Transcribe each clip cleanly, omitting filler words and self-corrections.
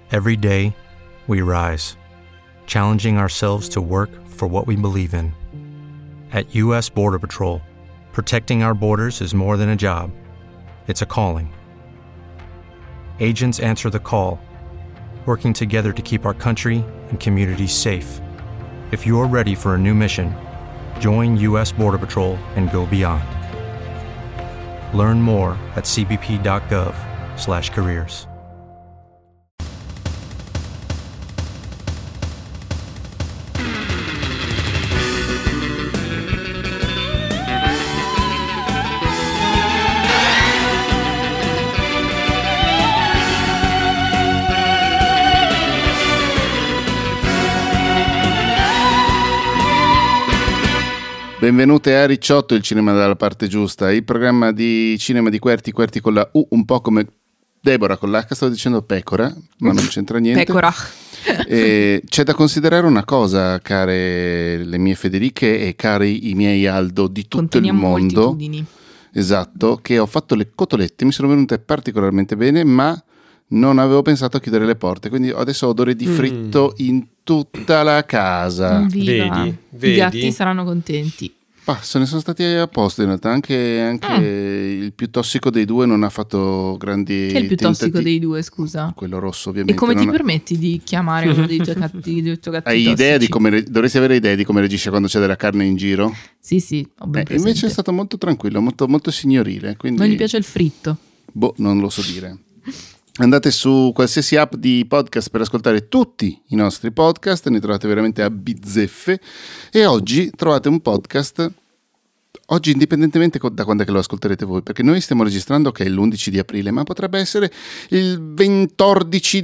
Every day, we rise, challenging ourselves to work for what we believe in. At U.S. Border Patrol, protecting our borders is more than a job. It's a calling. Agents answer the call, working together to keep our country and communities safe. If you're ready for a new mission, join U.S. Border Patrol and go beyond. Learn more at cbp.gov/careers. Benvenute a Ricciotto, il cinema dalla parte giusta, il programma di cinema di Querti con la U, un po' come Deborah con l'H, stavo dicendo pecora, ma non c'entra niente. Pecora. E c'è da considerare una cosa, care le mie Federiche e cari i miei Aldo di tutto Conteniamo il mondo. moltitudini. Esatto, che ho fatto le cotolette, mi sono venute particolarmente bene, ma non avevo pensato a chiudere le porte, quindi adesso ho odore di fritto in tutta la casa. Viva. Vedi? I gatti saranno contenti. Se ne sono stati a posto in realtà, anche il più tossico dei due non ha fatto grandi Chi è il più tossico tentativi. dei due, scusa? Quello rosso, ovviamente. E come non ti ha- permetti di chiamare uno dei tuoi gatti Hai idea di tossici? come dovresti avere idea di come reagisce quando c'è della carne in giro? Sì, ho ben presente. Invece è stato molto tranquillo, molto, molto signorile, quindi Non gli piace il fritto. non lo so dire. Andate su qualsiasi app di podcast per ascoltare tutti i nostri podcast, ne trovate veramente a bizzeffe, e oggi trovate un podcast, oggi indipendentemente da quando è che lo ascolterete voi, perché noi stiamo registrando che è l'11 di aprile, ma potrebbe essere il 14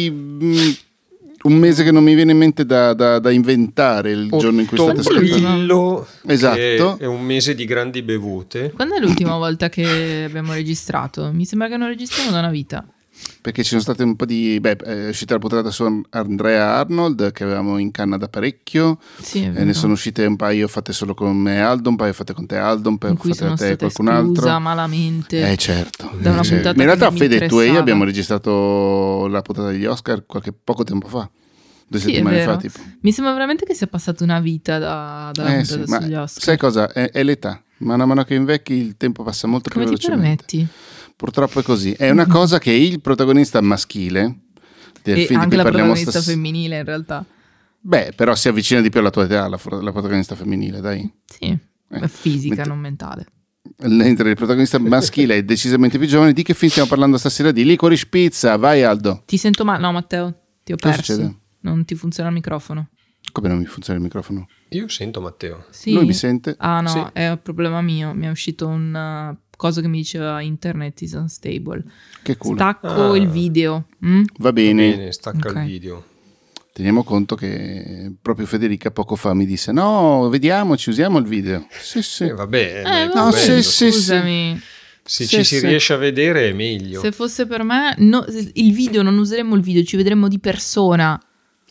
di un mese che non mi viene in mente da inventare, il giorno in cui state ascoltando. Ottobrillo, Esatto. che è un mese di grandi bevute. Quando è l'ultima volta che abbiamo registrato? Mi sembra che non registriamo da una vita. Perché ci sono state un po' di... è uscita la puntata su Andrea Arnold, che avevamo in canna da parecchio. Sì, è Ne vero. sono uscite un paio fatte solo con me Aldo, un paio fatte con te Aldo, un paio In cui fatte sono da te e stata qualcun esclusa altro. malamente. Certo. Da una puntata Ma in realtà che mi Fede, tu e io interessava. abbiamo registrato la puntata degli Oscar poco tempo fa. 2 Sì, è settimane vero. fa tipo. Mi sembra veramente che sia passata una vita dalla puntata Ma sugli Oscar. sai cosa? È l'età. Man mano che invecchi il tempo passa molto Come più ti velocemente. permetti? Purtroppo è così. È una cosa che il protagonista maschile del E film di anche cui la parliamo protagonista femminile in realtà. però si avvicina di più alla tua età, la protagonista femminile, dai. Sì, è fisica, mentre- non mentale. Mentre il protagonista maschile è decisamente più giovane. Di che film stiamo parlando stasera? Di Licorice Pizza. Vai Aldo. Ti sento male? No, Matteo, ti ho Cosa perso. succede? Non ti funziona il microfono. Come non mi funziona il microfono? Io sento Matteo. Sì? Lui mi sente? Ah no, Sì. è un problema mio. Mi è uscito un coso che mi diceva internet is unstable. Che culo. Stacco il video. Va bene. Bene, stacca Ok. il video. Teniamo conto che proprio Federica poco fa mi disse: no, vediamoci, usiamo il video. Sì. Vabbè, No, no, bello. sì. Scusami. Se Sì, ci si sì. riesce a vedere è meglio. Se fosse per me, il video non useremmo il video, ci vedremmo di persona.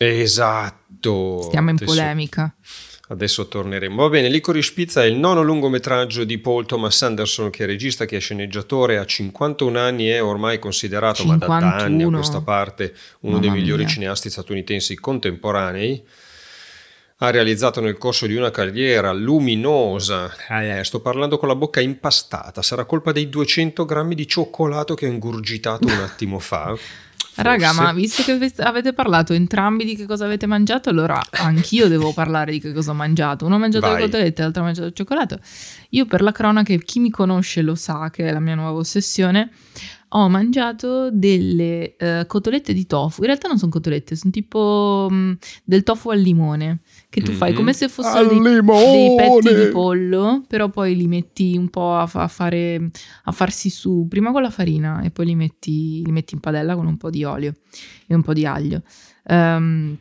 Esatto. Stiamo in Adesso- polemica. Adesso torneremo. Va bene, Licorice Pizza è il nono lungometraggio di Paul Thomas Anderson, che è regista, che è sceneggiatore, ha 51 anni, è ormai considerato, ma da anni a 51. questa parte, uno dei Mamma migliori mia. cineasti statunitensi contemporanei. Ha realizzato nel corso di una carriera luminosa, sto parlando con la bocca impastata, sarà colpa dei 200 grammi di cioccolato che ho ingurgitato un attimo fa. Raga, Forse. ma visto che avete parlato entrambi di che cosa avete mangiato, allora anch'io devo parlare di che cosa ho mangiato. Uno ha mangiato Vai. le cotolette, l'altro ha mangiato il cioccolato. Io, per la cronaca, e chi mi conosce lo sa che è la mia nuova ossessione, ho mangiato delle cotolette di tofu. In realtà non sono cotolette, sono tipo del tofu al limone, che tu fai come se fossero dei petti di pollo, però poi li metti un po' a farsi su, prima con la farina e poi li metti in padella con un po' di olio e un po' di aglio.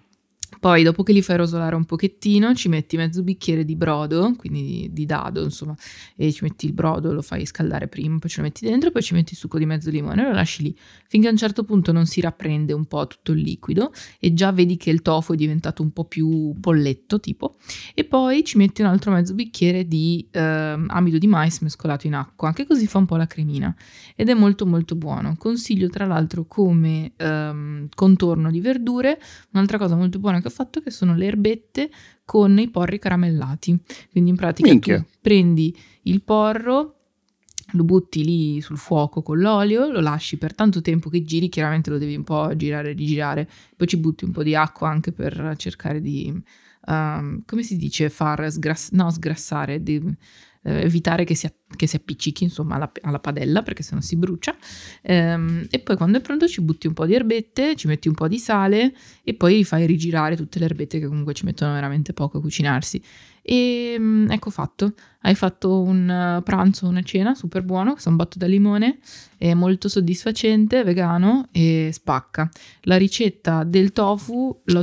Poi dopo che li fai rosolare un pochettino ci metti mezzo bicchiere di brodo, quindi di dado insomma, e ci metti il brodo, lo fai scaldare prima, poi ce lo metti dentro, poi ci metti il succo di mezzo limone e lo lasci lì finché a un certo punto non si rapprende un po' tutto il liquido e già vedi che il tofu è diventato un po' più polletto tipo, e poi ci metti un altro mezzo bicchiere di amido di mais mescolato in acqua, anche così fa un po' la cremina ed è molto molto buono. Consiglio tra l'altro come contorno di verdure. Un'altra cosa molto buona che ho fatto che sono le erbette con i porri caramellati, quindi in pratica Minchia. tu prendi il porro, lo butti lì sul fuoco con l'olio, lo lasci per tanto tempo che giri, chiaramente lo devi un po' girare e rigirare, poi ci butti un po' di acqua anche per cercare di come si dice, far sgrassare, evitare che si appiccichi insomma alla padella, perché sennò si brucia, e poi quando è pronto ci butti un po' di erbette, ci metti un po' di sale e poi fai rigirare tutte le erbette che comunque ci mettono veramente poco a cucinarsi. E ecco fatto, hai fatto un pranzo, una cena super buono, sambato da limone, è molto soddisfacente, vegano e spacca. La ricetta del tofu l'ho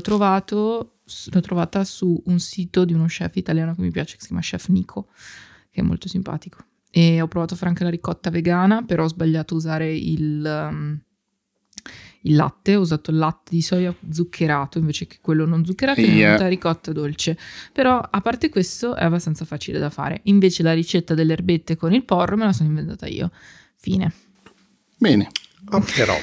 trovata su un sito di uno chef italiano che mi piace, che si chiama Chef Nico, che è molto simpatico. E ho provato a fare anche la ricotta vegana, però ho sbagliato a usare il latte, ho usato il latte di soia zuccherato invece che quello non zuccherato, e mi è venuta ricotta dolce. Però a parte questo è abbastanza facile da fare. Invece la ricetta delle erbette con il porro me la sono inventata io. Fine. Bene. Però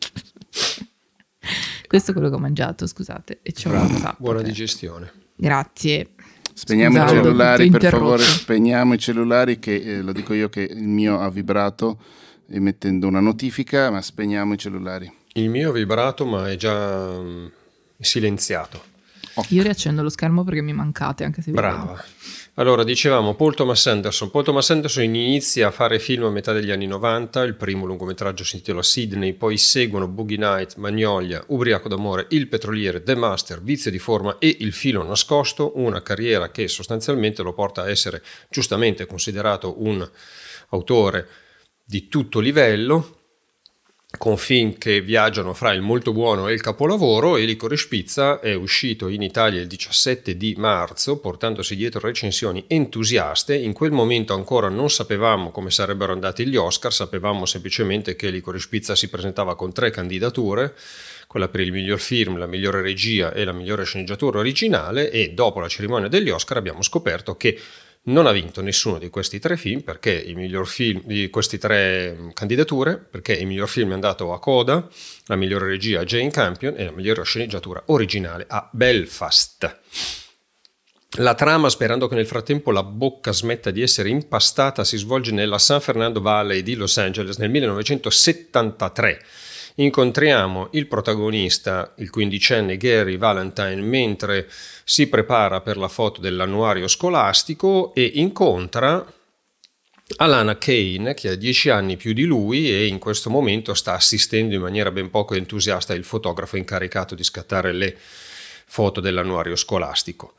Questo è quello che ho mangiato, scusate, e c'ho una zappa. buona digestione. Grazie. Spegniamo Scusate, i cellulari, tutto per favore, interrotto. spegniamo i cellulari, che lo dico io che il mio ha vibrato emettendo una notifica, ma spegniamo i cellulari. Il mio ha vibrato, ma è già silenziato. Io riaccendo lo schermo perché mi mancate, anche se vi vedo. Brava. Allora, dicevamo Paul Thomas Anderson. Paul Thomas Anderson inizia a fare film a metà degli anni 90, il primo lungometraggio si intitola Sydney, poi seguono Boogie Night, Magnolia, Ubriaco d'amore, Il petroliere, The Master, Vizio di forma e Il filo nascosto, una carriera che sostanzialmente lo porta a essere giustamente considerato un autore di tutto livello, con film che viaggiano fra il molto buono e il capolavoro. E Licorice Pizza è uscito in Italia il 17 di marzo, portandosi dietro recensioni entusiaste. In quel momento ancora non sapevamo come sarebbero andati gli Oscar, sapevamo semplicemente che Licorice Pizza si presentava con 3 candidature, quella per il miglior film, la migliore regia e la migliore sceneggiatura originale, e dopo la cerimonia degli Oscar abbiamo scoperto che non ha vinto nessuno di questi 3 film, perché il miglior film di questi 3 candidature, perché il miglior film è andato a Coda, la migliore regia a Jane Campion e la migliore sceneggiatura originale a Belfast. La trama, sperando che nel frattempo la bocca smetta di essere impastata, si svolge nella San Fernando Valley di Los Angeles nel 1973. Incontriamo il protagonista, il 15enne Gary Valentine, mentre si prepara per la foto dell'annuario scolastico, e incontra Alana Kane, che ha 10 anni più di lui e in questo momento sta assistendo in maniera ben poco entusiasta il fotografo incaricato di scattare le foto dell'annuario scolastico.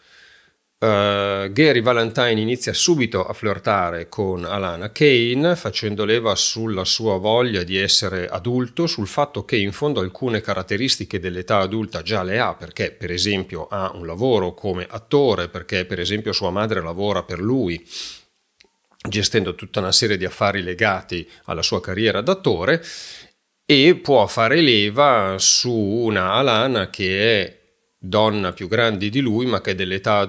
Gary Valentine inizia subito a flirtare con Alana Kane, facendo leva sulla sua voglia di essere adulto, sul fatto che in fondo alcune caratteristiche dell'età adulta già le ha, perché per esempio ha un lavoro come attore, perché per esempio sua madre lavora per lui, gestendo tutta una serie di affari legati alla sua carriera d'attore, e può fare leva su una Alana che è donna più grande di lui, ma che dall'età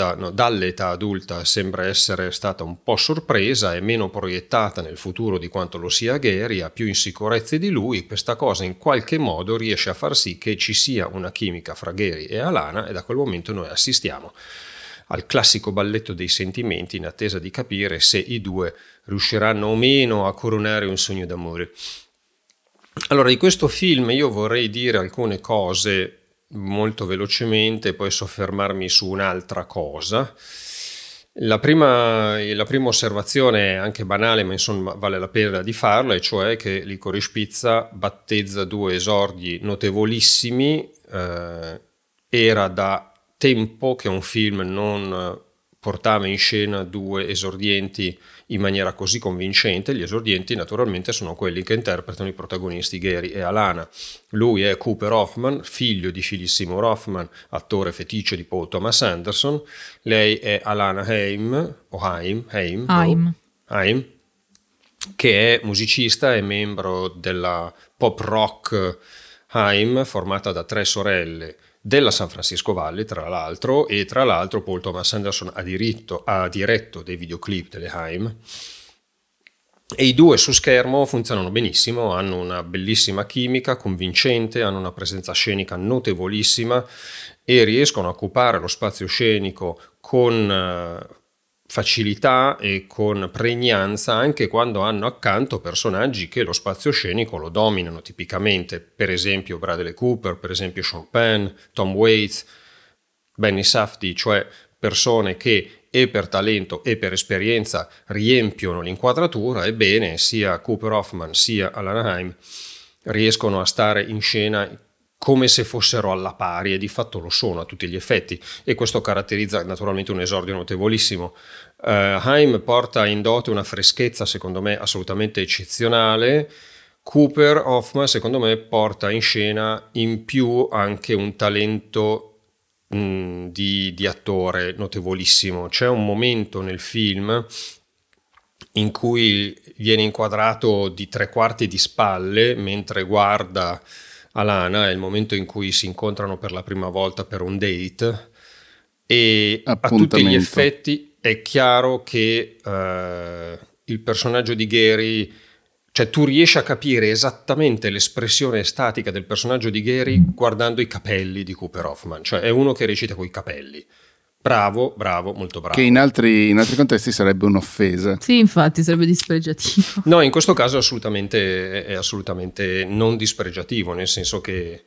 adulta sembra essere stata un po' sorpresa, è meno proiettata nel futuro di quanto lo sia Gary, ha più insicurezze di lui. Questa cosa in qualche modo riesce a far sì che ci sia una chimica fra Gary e Alana, e da quel momento noi assistiamo al classico balletto dei sentimenti in attesa di capire se i due riusciranno o meno a coronare un sogno d'amore. Allora, di questo film io vorrei dire alcune cose molto velocemente, poi soffermarmi su un'altra cosa. La prima osservazione è anche banale, ma insomma vale la pena di farla, e cioè che Licorice Pizza battezza 2 esordi notevolissimi. Era da tempo che un film non portava in scena 2 esordienti in maniera così convincente. Gli esordienti naturalmente sono quelli che interpretano i protagonisti Gary e Alana. Lui è Cooper Hoffman, figlio di Philip Seymour Hoffman, attore feticcio di Paul Thomas Anderson. Lei è Alana Haim, che è musicista e membro della pop rock Haim, formata da 3 sorelle della San Francisco Valley, tra l'altro Paul Thomas Anderson ha diretto dei videoclip delle Haim, e i due su schermo funzionano benissimo, hanno una bellissima chimica convincente, hanno una presenza scenica notevolissima e riescono a occupare lo spazio scenico con facilità e con pregnanza anche quando hanno accanto personaggi che lo spazio scenico lo dominano tipicamente, per esempio Bradley Cooper, per esempio Sean Penn, Tom Waits, Benny Safdie, cioè persone che e per talento e per esperienza riempiono l'inquadratura. Ebbene, sia Cooper Hoffman sia Alana Haim riescono a stare in scena come se fossero alla pari, e di fatto lo sono a tutti gli effetti, e questo caratterizza naturalmente un esordio notevolissimo. Haim porta in dote una freschezza secondo me assolutamente eccezionale. Cooper Hoffman secondo me porta in scena in più anche un talento di attore notevolissimo. C'è un momento nel film in cui viene inquadrato di 3/4 di spalle mentre guarda Alana, è il momento in cui si incontrano per la prima volta per un date, e a tutti gli effetti è chiaro che il personaggio di Gary, cioè tu riesci a capire esattamente l'espressione estatica del personaggio di Gary guardando i capelli di Cooper Hoffman, cioè è uno che recita coi capelli. Bravo, molto bravo. Che in altri contesti sarebbe un'offesa. Sì, infatti sarebbe dispregiativo. No, in questo caso è assolutamente non dispregiativo, nel senso che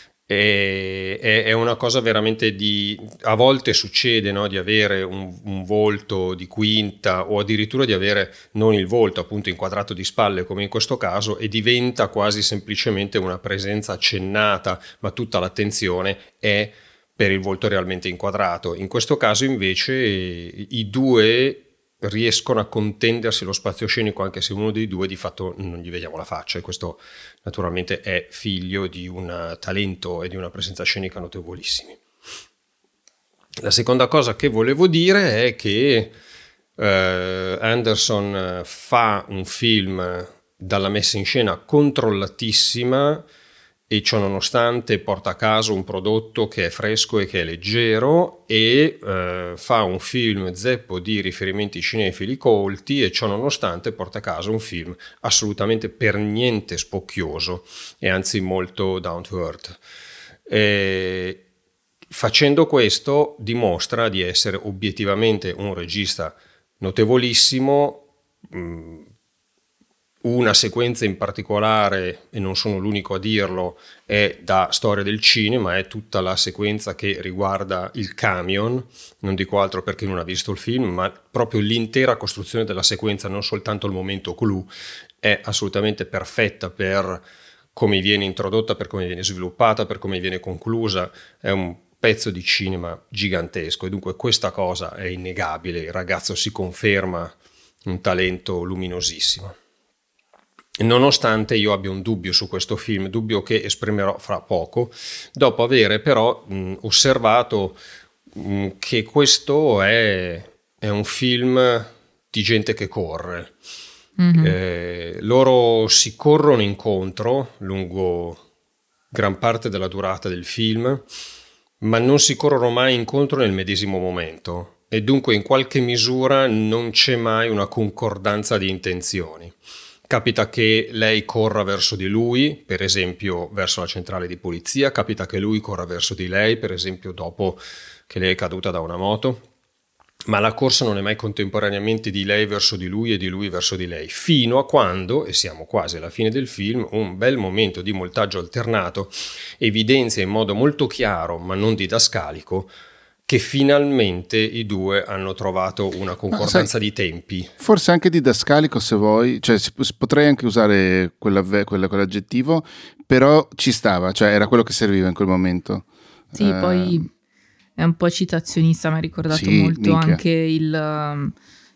è una cosa veramente a volte succede, no, di avere un volto di quinta, o addirittura di avere non il volto appunto inquadrato di spalle come in questo caso, e diventa quasi semplicemente una presenza accennata, ma tutta l'attenzione è per il volto realmente inquadrato. In questo caso invece i due riescono a contendersi lo spazio scenico, anche se uno dei due di fatto non gli vediamo la faccia, e questo naturalmente è figlio di un talento e di una presenza scenica notevolissimi. La seconda cosa che volevo dire è che Anderson fa un film dalla messa in scena controllatissima, e ciò nonostante porta a casa un prodotto che è fresco e che è leggero, e fa un film zeppo di riferimenti cinefili colti, e ciò nonostante porta a casa un film assolutamente per niente spocchioso e anzi molto down to earth. Facendo questo dimostra di essere obiettivamente un regista notevolissimo. Una sequenza in particolare, e non sono l'unico a dirlo, è da storia del cinema, è tutta la sequenza che riguarda il camion, non dico altro perché non ha visto il film, ma proprio l'intera costruzione della sequenza, non soltanto il momento clou, è assolutamente perfetta per come viene introdotta, per come viene sviluppata, per come viene conclusa. È un pezzo di cinema gigantesco, e dunque questa cosa è innegabile. Il ragazzo si conferma un talento luminosissimo. Nonostante io abbia un dubbio su questo film, dubbio che esprimerò fra poco, dopo avere però osservato che questo è un film di gente che corre. Mm-hmm. Loro si corrono incontro lungo gran parte della durata del film, ma non si corrono mai incontro nel medesimo momento, e dunque in qualche misura non c'è mai una concordanza di intenzioni. Capita che lei corra verso di lui, per esempio verso la centrale di polizia, capita che lui corra verso di lei, per esempio dopo che lei è caduta da una moto, ma la corsa non è mai contemporaneamente di lei verso di lui e di lui verso di lei, fino a quando, e siamo quasi alla fine del film, un bel momento di montaggio alternato evidenzia in modo molto chiaro, ma non didascalico, che finalmente i due hanno trovato una concordanza di tempi. Forse anche didascalico, se vuoi, cioè potrei anche usare quell'aggettivo, però ci stava, cioè era quello che serviva in quel momento. Sì, poi è un po' citazionista, mi ha ricordato molto minchia. Anche il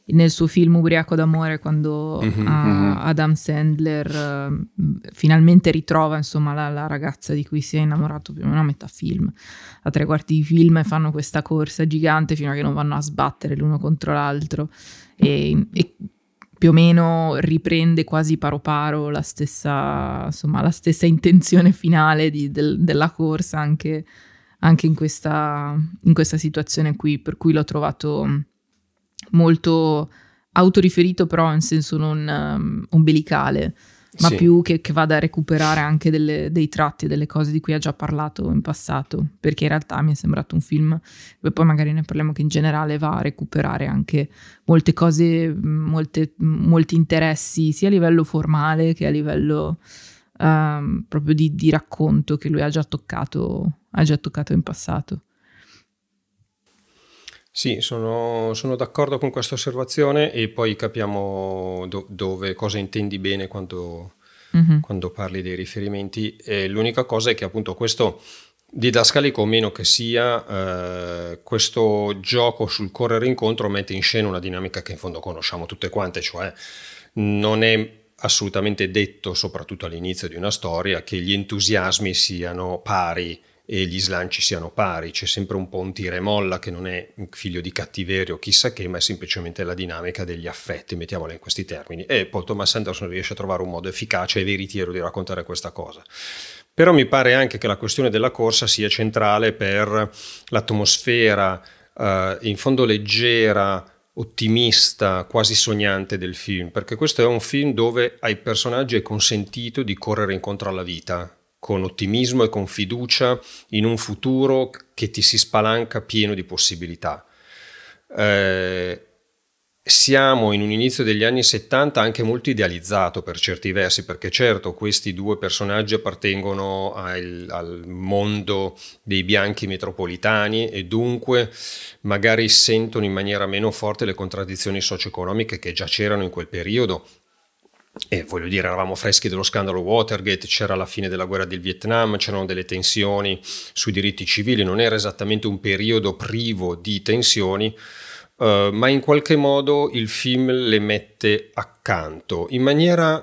nel suo film Ubriaco d'amore, quando Adam Sandler finalmente ritrova insomma la ragazza di cui si è innamorato più o meno a metà film, a 3/4 di film, e fanno questa corsa gigante fino a che non vanno a sbattere l'uno contro l'altro, e più o meno riprende quasi paro paro la stessa intenzione finale della corsa anche in questa situazione qui, per cui l'ho trovato molto autoriferito, però in senso non ombelicale, ma più che vada a recuperare anche dei tratti e delle cose di cui ha già parlato in passato, perché in realtà mi è sembrato un film, e poi magari ne parliamo, che in generale va a recuperare anche molte cose, molti interessi, sia a livello formale che a livello proprio di racconto, che lui ha già toccato in passato. Sì, sono d'accordo con questa osservazione, e poi capiamo cosa intendi bene quando parli dei riferimenti. L'unica cosa è che appunto questo, didascalico o meno che sia, questo gioco sul correre incontro mette in scena una dinamica che in fondo conosciamo tutte quante, cioè non è assolutamente detto, soprattutto all'inizio di una storia, che gli entusiasmi siano pari e gli slanci siano pari. C'è sempre un po' un tira e molla, che non è un figlio di cattiverio chissà che, ma è semplicemente la dinamica degli affetti, mettiamola in questi termini, e Paul Thomas Anderson riesce a trovare un modo efficace e veritiero di raccontare questa cosa. Però mi pare anche che la questione della corsa sia centrale per l'atmosfera in fondo leggera, ottimista, quasi sognante del film, perché questo è un film dove ai personaggi è consentito di correre incontro alla vita con ottimismo e con fiducia in un futuro che ti si spalanca pieno di possibilità. Siamo in un inizio degli anni 70 anche molto idealizzato per certi versi, perché certo questi due personaggi appartengono al mondo dei bianchi metropolitani e dunque magari sentono in maniera meno forte le contraddizioni socio-economiche che già c'erano in quel periodo. E voglio dire, eravamo freschi dello scandalo Watergate, c'era la fine della guerra del Vietnam, c'erano delle tensioni sui diritti civili, non era esattamente un periodo privo di tensioni, ma in qualche modo il film le mette accanto in maniera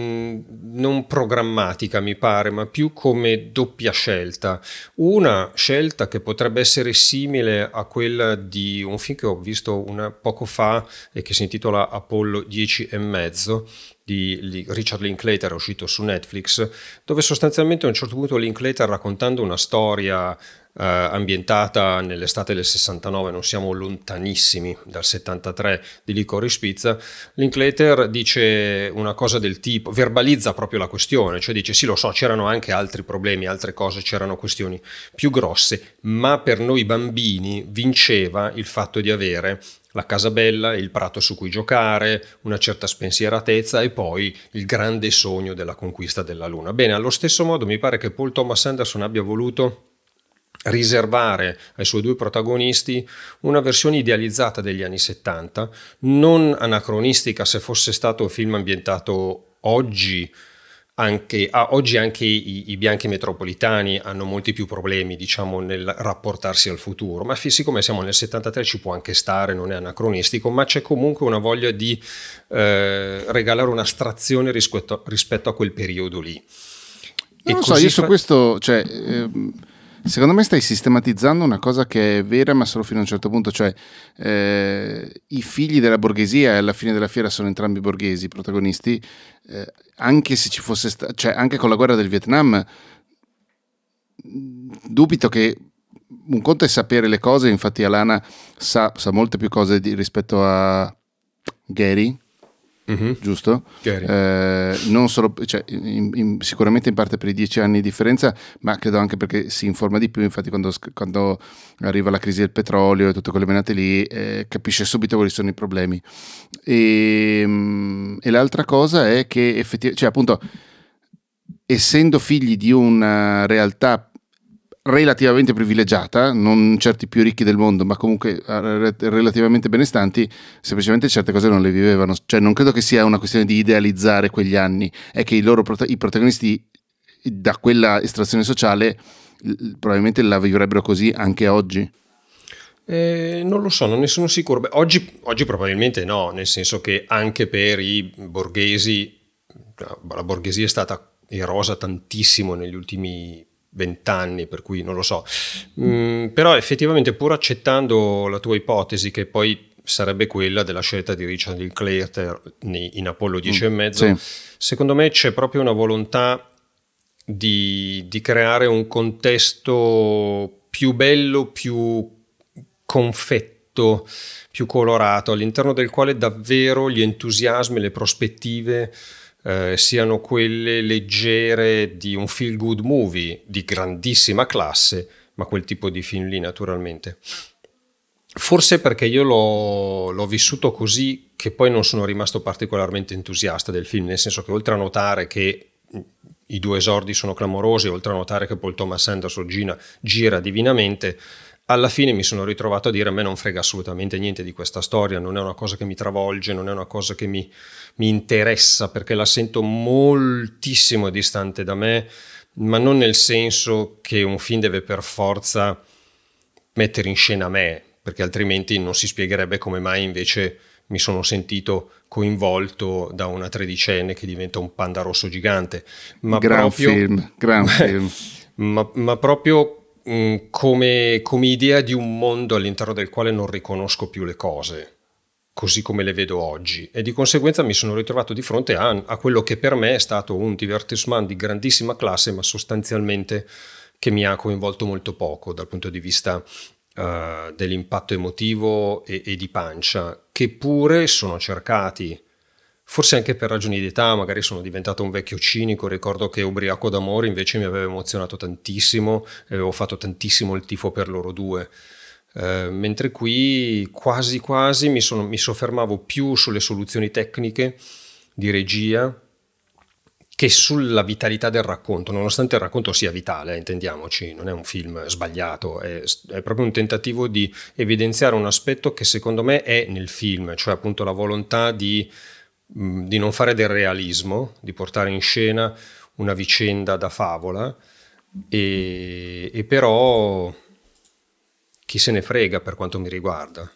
non programmatica, mi pare, ma più come doppia scelta. Una scelta che potrebbe essere simile a quella di un film che ho visto poco fa e che si intitola Apollo 10 e mezzo di Richard Linklater, è uscito su Netflix, dove sostanzialmente a un certo punto Linklater, raccontando una storia ambientata nell'estate del 69, non siamo lontanissimi dal 73, di Licorice Pizza, Linklater dice una cosa del tipo, verbalizza proprio la questione, cioè dice sì, lo so, c'erano anche altri problemi, altre cose, c'erano questioni più grosse, ma per noi bambini vinceva il fatto di avere la casa bella, il prato su cui giocare, una certa spensieratezza e poi il grande sogno della conquista della Luna. Bene, allo stesso modo mi pare che Paul Thomas Anderson abbia voluto riservare ai suoi due protagonisti una versione idealizzata degli anni 70, non anacronistica. Se fosse stato un film ambientato oggi, anche i bianchi metropolitani hanno molti più problemi, diciamo, nel rapportarsi al futuro, ma siccome siamo nel 73 ci può anche stare, non è anacronistico, ma c'è comunque una voglia di regalare un'astrazione rispetto a quel periodo lì. Non lo so, io su questo, cioè, secondo me stai sistematizzando una cosa che è vera ma solo fino a un certo punto, cioè i figli della borghesia e alla fine della fiera sono entrambi borghesi, i protagonisti, anche se ci fosse cioè anche con la guerra del Vietnam dubito che un conto è sapere le cose, infatti Alana sa molte più cose rispetto a Gary. Mm-hmm. Giusto? Non solo, cioè, sicuramente in parte per i 10 anni di differenza, ma credo anche perché si informa di più. Infatti quando arriva la crisi del petrolio e tutte quelle menate lì, capisce subito quali sono i problemi. E l'altra cosa è che effettivamente, cioè appunto, essendo figli di una realtà relativamente privilegiata, non certi più ricchi del mondo, ma comunque relativamente benestanti, semplicemente certe cose non le vivevano. Cioè non credo che sia una questione di idealizzare quegli anni, è che i protagonisti da quella estrazione sociale probabilmente la vivrebbero così anche oggi. Non lo so, non ne sono sicuro. Beh, oggi probabilmente no, nel senso che anche per i borghesi, la borghesia è stata erosa tantissimo negli ultimi 20 anni, per cui non lo so. Però effettivamente, pur accettando la tua ipotesi, che poi sarebbe quella della scelta di Richard Linklater in Apollo 10 e mezzo, secondo me c'è proprio una volontà di creare un contesto più bello, più confetto, più colorato, all'interno del quale davvero gli entusiasmi e le prospettive siano quelle leggere di un feel good movie di grandissima classe, ma quel tipo di film lì naturalmente. Forse perché io l'ho vissuto così, che poi non sono rimasto particolarmente entusiasta del film, nel senso che oltre a notare che i due esordi sono clamorosi, oltre a notare che Paul Thomas Anderson gira divinamente, alla fine mi sono ritrovato a dire: a me non frega assolutamente niente di questa storia, non è una cosa che mi travolge, non è una cosa che mi interessa, perché la sento moltissimo distante da me, ma non nel senso che un film deve per forza mettere in scena me, perché altrimenti non si spiegherebbe come mai invece mi sono sentito coinvolto da una tredicenne che diventa un panda rosso gigante. Ma gran film. Ma proprio come idea di un mondo all'interno del quale non riconosco più le cose così come le vedo oggi, e di conseguenza mi sono ritrovato di fronte a quello che per me è stato un divertissement di grandissima classe, ma sostanzialmente che mi ha coinvolto molto poco dal punto di vista dell'impatto emotivo e di pancia, che pure sono cercati, forse anche per ragioni di età, magari sono diventato un vecchio cinico. Ricordo che Ubriaco d'amore invece mi aveva emozionato tantissimo e avevo fatto tantissimo il tifo per loro due, mentre qui quasi mi soffermavo più sulle soluzioni tecniche di regia che sulla vitalità del racconto, nonostante il racconto sia vitale, intendiamoci, non è un film sbagliato, è proprio un tentativo di evidenziare un aspetto che secondo me è nel film, cioè appunto la volontà di non fare del realismo, di portare in scena una vicenda da favola, e però chi se ne frega per quanto mi riguarda.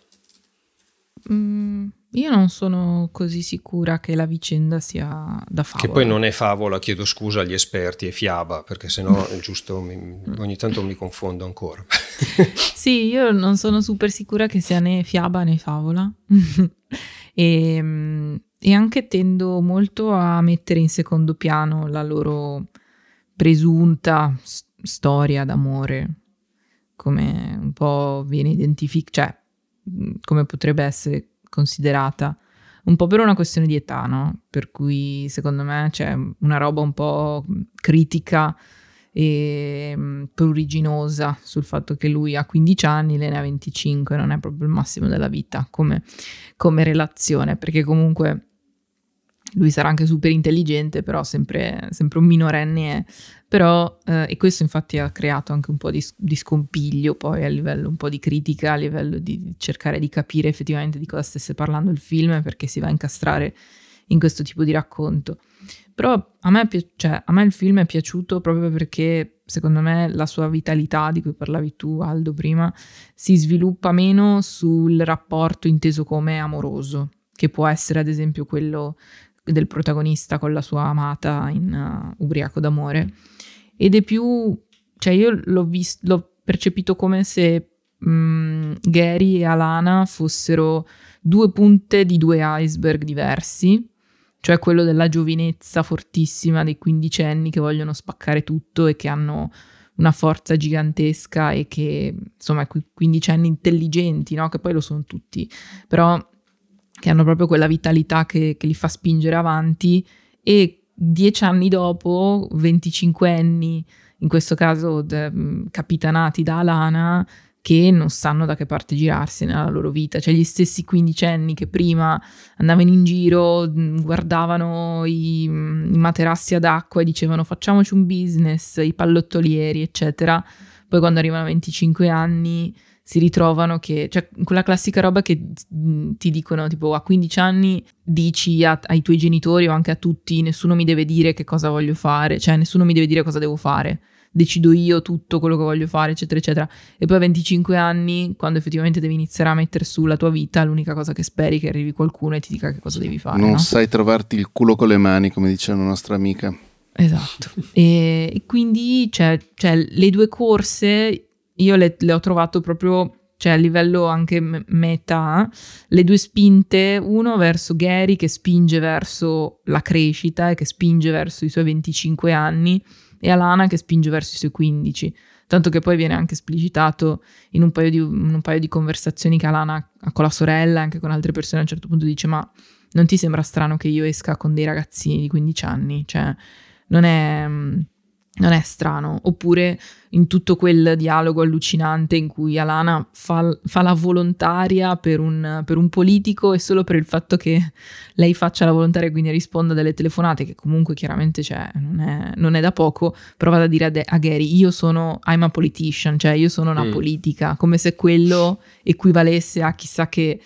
Io non sono così sicura che la vicenda sia da favola. Che poi non è favola, chiedo scusa agli esperti, è fiaba, perché sennò è giusto, ogni tanto mi confondo ancora. Sì, io non sono super sicura che sia né fiaba né favola. E anche tendo molto a mettere in secondo piano la loro presunta storia d'amore, come un po' viene identificata, cioè come potrebbe essere considerata, un po' per una questione di età, no? Per cui secondo me c'è una roba un po' critica e pruriginosa sul fatto che lui ha 15 anni, lei ne ha 25, non è proprio il massimo della vita come relazione, perché comunque lui sarà anche super intelligente, però sempre un minorenne è. Però, e questo infatti ha creato anche un po' di scompiglio poi a livello un po' di critica, a livello di cercare di capire effettivamente di cosa stesse parlando il film, perché si va a incastrare in questo tipo di racconto. Però a me il film è piaciuto proprio perché secondo me la sua vitalità, di cui parlavi tu Aldo prima, si sviluppa meno sul rapporto inteso come amoroso, che può essere ad esempio quello del protagonista con la sua amata in Ubriaco d'amore, ed è più, cioè io l'ho percepito come se Gary e Alana fossero due punte di due iceberg diversi, cioè quello della giovinezza fortissima dei quindicenni che vogliono spaccare tutto e che hanno una forza gigantesca e che insomma quindicenni intelligenti, no? Che poi lo sono tutti, però che hanno proprio quella vitalità che li fa spingere avanti, e 10 anni dopo, 25enni, in questo caso capitanati da Alana, che non sanno da che parte girarsi nella loro vita, cioè gli stessi quindicenni che prima andavano in giro, guardavano i materassi ad acqua e dicevano facciamoci un business, i pallottolieri eccetera, poi quando arrivano a 25 anni si ritrovano che, cioè quella classica roba che ti dicono tipo a 15 anni dici ai tuoi genitori o anche a tutti: nessuno mi deve dire che cosa voglio fare, cioè nessuno mi deve dire cosa devo fare, decido io tutto quello che voglio fare, eccetera, eccetera. E poi a 25 anni, quando effettivamente devi iniziare a mettere su la tua vita, l'unica cosa che speri è che arrivi qualcuno e ti dica che cosa devi fare. Non no? sai trovarti il culo con le mani, come dice una nostra amica. Esatto. E quindi cioè, le due corse io le ho trovato proprio, cioè a livello anche meta, le due spinte, uno verso Gary che spinge verso la crescita e che spinge verso i suoi 25 anni, e Alana che spinge verso i suoi 15, tanto che poi viene anche esplicitato in un paio di conversazioni che Alana ha con la sorella, anche con altre persone. A un certo punto dice: ma non ti sembra strano che io esca con dei ragazzini di 15 anni? Cioè non è strano. Oppure in tutto quel dialogo allucinante in cui Alana fa la volontaria per un politico, e solo per il fatto che lei faccia la volontaria, quindi risponda delle telefonate, che comunque chiaramente non è da poco, prova a dire a Gary: I'm a politician, cioè io sono una politica, come se quello equivalesse a chissà che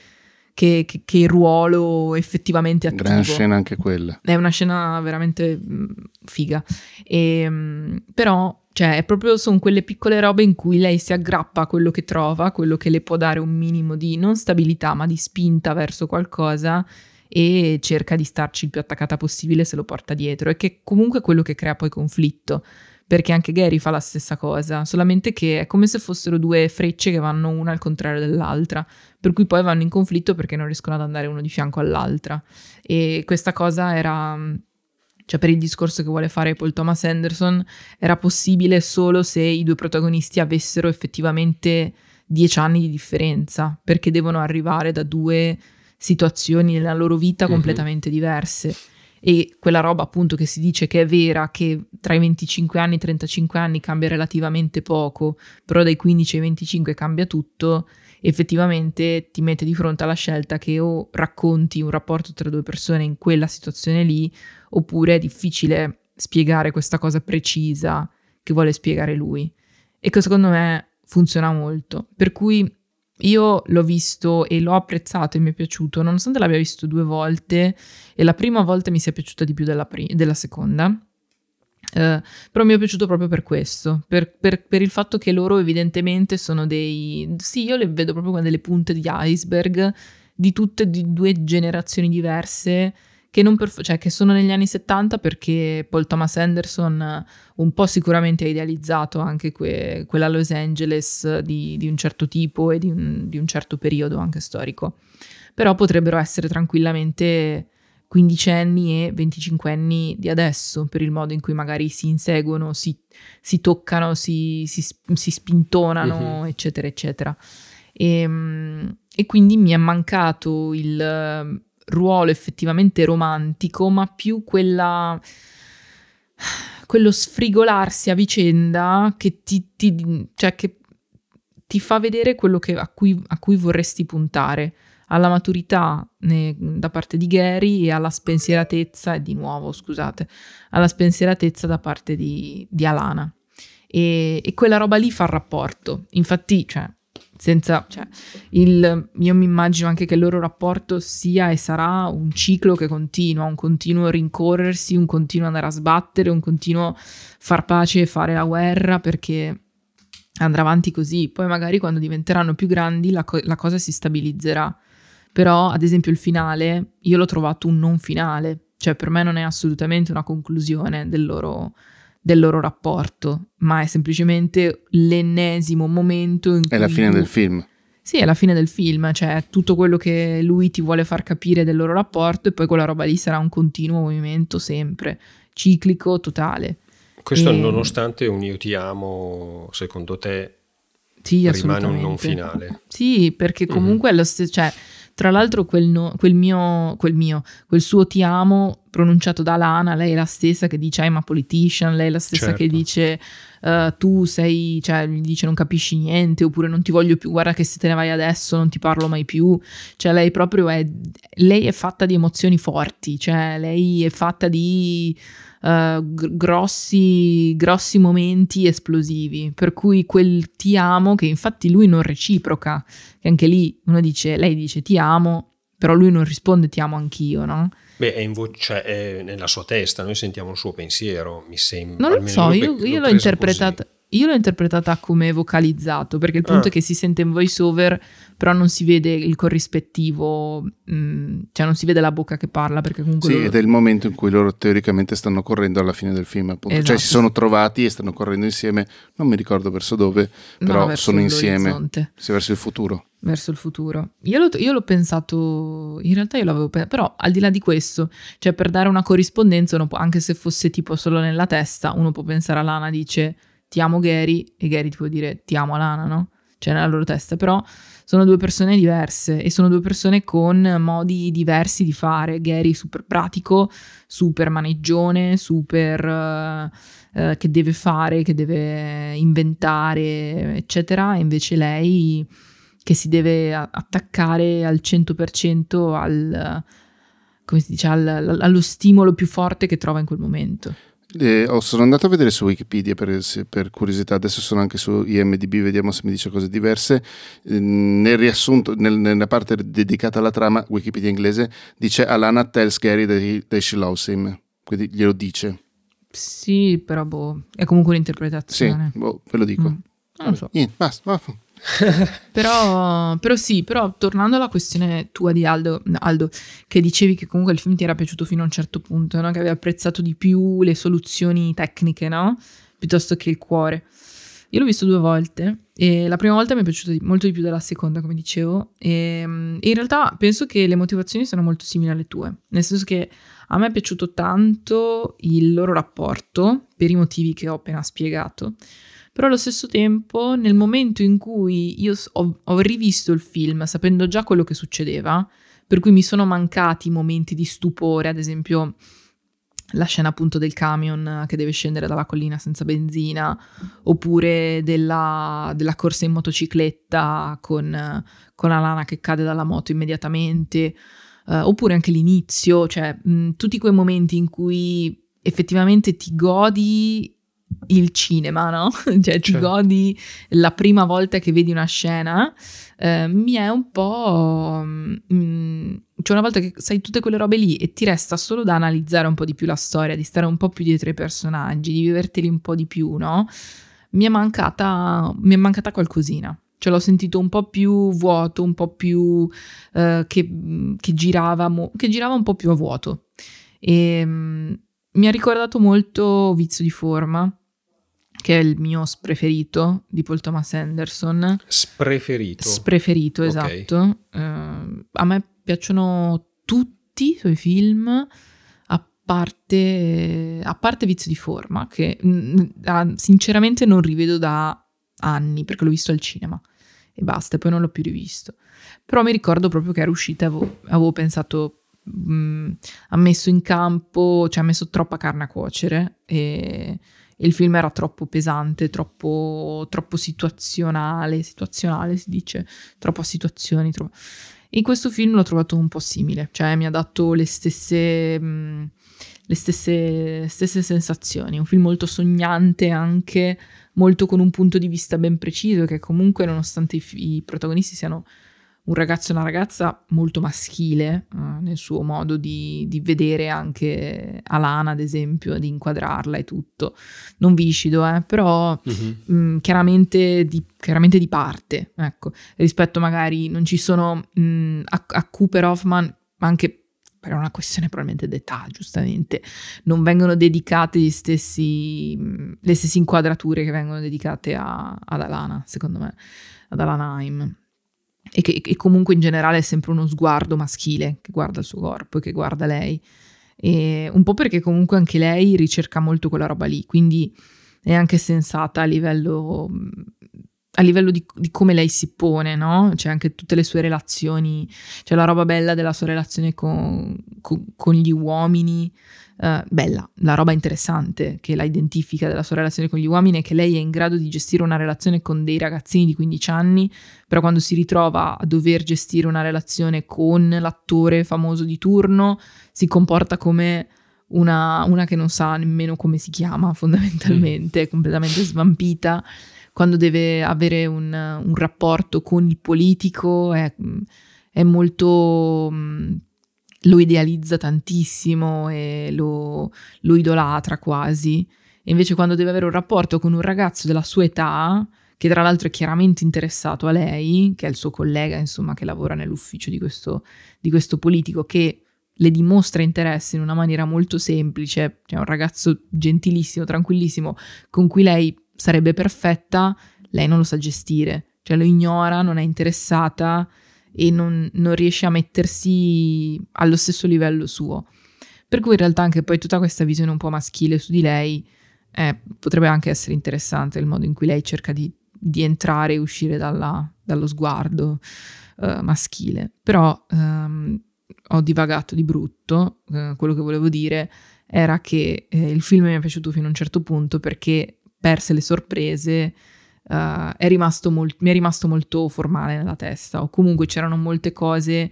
ruolo effettivamente attivo. Gran scena anche quella. È una scena veramente figa. Però cioè, è proprio, sono quelle piccole robe in cui lei si aggrappa a quello che trova, quello che le può dare un minimo di non stabilità, ma di spinta verso qualcosa, e cerca di starci il più attaccata possibile se lo porta dietro, e che comunque è quello che crea poi conflitto, perché anche Gary fa la stessa cosa, solamente che è come se fossero due frecce che vanno una al contrario dell'altra, per cui poi vanno in conflitto perché non riescono ad andare uno di fianco all'altra. E questa cosa era, cioè, per il discorso che vuole fare Paul Thomas Anderson, era possibile solo se i due protagonisti avessero effettivamente 10 anni di differenza, perché devono arrivare da due situazioni nella loro vita completamente diverse. E quella roba appunto che si dice che è vera, che tra i 25 anni e i 35 anni cambia relativamente poco, però dai 15 ai 25 cambia tutto, effettivamente ti mette di fronte alla scelta che o racconti un rapporto tra due persone in quella situazione lì, oppure è difficile spiegare questa cosa precisa che vuole spiegare lui. E che secondo me funziona molto. Per cui io l'ho visto e l'ho apprezzato e mi è piaciuto, nonostante l'abbia visto 2 volte, e la prima volta mi sia piaciuta di più della seconda. Però mi è piaciuto proprio per questo, per il fatto che loro evidentemente sono io le vedo proprio come delle punte di iceberg di tutte di 2 generazioni diverse, che sono negli anni 70, perché Paul Thomas Anderson un po' sicuramente ha idealizzato anche quella Los Angeles di un certo tipo e di un certo periodo anche storico, però potrebbero essere tranquillamente 15enni e 25enni di adesso, per il modo in cui magari si inseguono, si toccano, si spintonano, eccetera eccetera. E quindi mi è mancato il ruolo effettivamente romantico, ma più quello sfrigolarsi a vicenda che che ti fa vedere quello a cui vorresti puntare, alla maturità da parte di Gary e alla spensieratezza, alla spensieratezza da parte di Alana, e quella roba lì fa il rapporto. Infatti, io mi immagino anche che il loro rapporto sia e sarà un ciclo che continua, un continuo rincorrersi, un continuo andare a sbattere, un continuo far pace e fare la guerra, perché andrà avanti così. Poi magari quando diventeranno più grandi la cosa si stabilizzerà. Però ad esempio il finale io l'ho trovato un non finale, cioè per me non è assolutamente una conclusione del loro rapporto, ma è semplicemente l'ennesimo momento in cui... È la fine del film. Sì, è la fine del film, cioè tutto quello che lui ti vuole far capire del loro rapporto, e poi quella roba lì sarà un continuo movimento sempre, ciclico, totale. Questo nonostante un io ti amo, secondo te, sì, rimane un non finale? Sì, perché comunque è lo stesso, cioè... Tra l'altro quel suo ti amo pronunciato da Alana, lei è la stessa che dice I'm a politician, lei è la stessa che dice tu sei, cioè gli dice non capisci niente, oppure non ti voglio più, guarda che se te ne vai adesso non ti parlo mai più. Cioè lei proprio lei è fatta di emozioni forti, cioè lei è fatta di grossi momenti esplosivi, per cui quel ti amo, che infatti lui non reciproca, che anche lì lei dice ti amo, però lui non risponde ti amo anch'io, no? Beh, è nella sua testa, noi sentiamo il suo pensiero, mi sembra. Non lo so, io l'ho interpretata. Io l'ho interpretata come vocalizzato, perché il punto è che si sente in voice over, però non si vede il corrispettivo, cioè non si vede la bocca che parla, perché comunque sì, ed è il momento in cui loro teoricamente stanno correndo alla fine del film, appunto. Esatto. Cioè si sono trovati e stanno correndo insieme, non mi ricordo verso dove, però verso sono insieme, l'orizzonte. verso il futuro. Verso il futuro. Io l'ho pensato, in realtà io l'avevo pensato, però al di là di questo, cioè per dare una corrispondenza, uno può, anche se fosse tipo solo nella testa, uno può pensare a Lana dice ti amo Gary e Gary ti può dire ti amo Lana, no? Cioè nella loro testa, però sono due persone diverse e sono due persone con modi diversi di fare. Gary super pratico, super maneggione, super che deve fare, che deve inventare, eccetera, e invece lei che si deve attaccare al 100% come si dice, allo stimolo più forte che trova in quel momento. Sono andato a vedere su Wikipedia per curiosità, adesso sono anche su IMDb, vediamo se mi dice cose diverse. Nel riassunto, nella parte dedicata alla trama, Wikipedia inglese dice Alana tells Gary that she loves him, quindi glielo dice. Sì, però è comunque un'interpretazione. Sì, ve lo dico. Non lo so. Basta. però tornando alla questione tua di Aldo, che dicevi che comunque il film ti era piaciuto fino a un certo punto, no? Che avevi apprezzato di più le soluzioni tecniche, no? Piuttosto che il cuore. Io l'ho visto 2 volte e la prima volta mi è piaciuto molto di più della seconda, come dicevo, e in realtà penso che le motivazioni siano molto simili alle tue, nel senso che a me è piaciuto tanto il loro rapporto per i motivi che ho appena spiegato. Però allo stesso tempo, nel momento in cui io ho rivisto il film sapendo già quello che succedeva, per cui mi sono mancati momenti di stupore, ad esempio la scena appunto del camion che deve scendere dalla collina senza benzina, oppure della corsa in motocicletta con la Lana che cade dalla moto immediatamente, oppure anche l'inizio, cioè tutti quei momenti in cui effettivamente ti godi il cinema, no? Cioè ti godi la prima volta che vedi una scena, mi è un po' cioè una volta che sai tutte quelle robe lì e ti resta solo da analizzare un po' di più la storia, di stare un po' più dietro ai personaggi, di viverteli un po' di più, no? Mi è mancata qualcosina. Cioè l'ho sentito un po' più vuoto, un po' più che girava un po' più a vuoto. E mi ha ricordato molto Vizio di forma, che è il mio preferito di Paul Thomas Anderson. Spreferito, esatto. A me piacciono tutti i suoi film, a parte Vizio di forma, che sinceramente non rivedo da anni, perché l'ho visto al cinema e basta, e poi non l'ho più rivisto. Però mi ricordo proprio che era uscita, avevo pensato ha messo in campo, cioè ha messo troppa carne a cuocere e il film era troppo pesante, troppo situazionale si dice, troppo a situazioni, e in questo film l'ho trovato un po' simile, cioè mi ha dato le stesse sensazioni, un film molto sognante, anche molto con un punto di vista ben preciso, che comunque nonostante i protagonisti siano un ragazzo e una ragazza molto maschile nel suo modo di vedere anche Alana, ad esempio, di inquadrarla e tutto, non viscido, però chiaramente di parte, ecco, rispetto magari non ci sono a Cooper Hoffman, ma anche per una questione probabilmente d'età, giustamente, non vengono dedicate le stesse inquadrature che vengono dedicate ad Alana, secondo me, ad Alana Haim. E comunque in generale è sempre uno sguardo maschile che guarda il suo corpo e che guarda lei, e un po' perché comunque anche lei ricerca molto quella roba lì, quindi è anche sensata a livello di come lei si pone, no? C'è anche tutte le sue relazioni, c'è la roba bella della sua relazione con gli uomini, bella, la roba interessante che la identifica della sua relazione con gli uomini è che lei è in grado di gestire una relazione con dei ragazzini di 15 anni, però quando si ritrova a dover gestire una relazione con l'attore famoso di turno si comporta come una che non sa nemmeno come si chiama, fondamentalmente, è completamente svampita. Quando deve avere un rapporto con il politico è è molto... lo idealizza tantissimo e lo idolatra quasi. E invece quando deve avere un rapporto con un ragazzo della sua età, che tra l'altro è chiaramente interessato a lei, che è il suo collega, insomma, che lavora nell'ufficio di questo politico, che le dimostra interesse in una maniera molto semplice, cioè un ragazzo gentilissimo, tranquillissimo, con cui lei sarebbe perfetta, lei non lo sa gestire, cioè lo ignora, non è interessata e non riesce a mettersi allo stesso livello suo. Per cui in realtà anche poi tutta questa visione un po' maschile su di lei potrebbe anche essere interessante, il modo in cui lei cerca di entrare e uscire dallo sguardo maschile. Però ho divagato di brutto. Quello che volevo dire era che il film mi è piaciuto fino a un certo punto perché perse le sorprese. Mi è rimasto molto formale nella testa, o comunque c'erano molte cose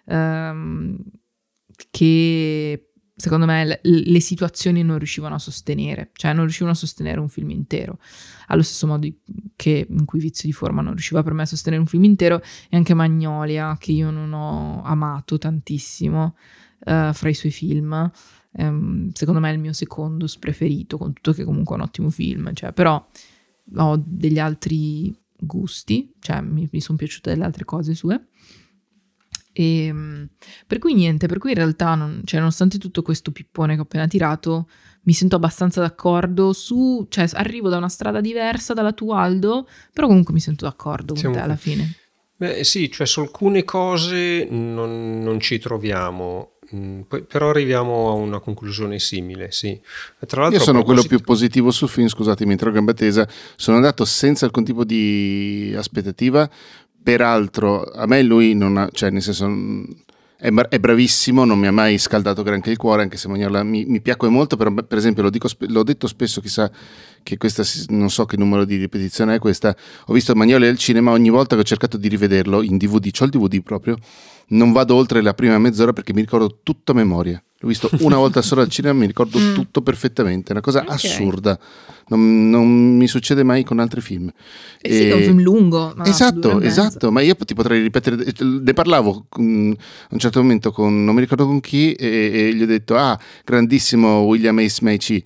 che secondo me le situazioni non riuscivano a sostenere, cioè non riuscivano a sostenere un film intero, allo stesso modo che in cui Vizio di forma non riusciva per me a sostenere un film intero, e anche Magnolia, che io non ho amato tantissimo fra i suoi film, secondo me è il mio secondo preferito, con tutto che comunque è un ottimo film, cioè, però ho degli altri gusti, cioè mi sono piaciute delle altre cose sue. E per cui in realtà nonostante tutto questo pippone che ho appena tirato, mi sento abbastanza d'accordo cioè arrivo da una strada diversa dalla tua, Aldo, però comunque mi sento d'accordo con te alla fine. Beh sì, cioè su alcune cose non ci troviamo, però arriviamo a una conclusione simile, sì. Tra l'altro, io sono quello più positivo sul film, scusatemi, entro a gamba tesa, sono andato senza alcun tipo di aspettativa. Peraltro a me lui non ha, cioè nel senso è bravissimo, non mi ha mai scaldato granché il cuore, anche se Magnolia mi piacque molto, però per esempio l'ho detto spesso, chissà che questa, non so che numero di ripetizione è questa, ho visto Magnolia al cinema, ogni volta che ho cercato di rivederlo in DVD, c'ho il DVD proprio, non vado oltre la prima mezz'ora perché mi ricordo tutto a memoria. L'ho visto una volta sola al cinema, mi ricordo tutto perfettamente, è una cosa assurda, non mi succede mai con altri film. Sì, è un film lungo. Esatto, ma io ti potrei ripetere, ne parlavo a un certo momento con, non mi ricordo con chi, e gli ho detto, grandissimo William H. Macy,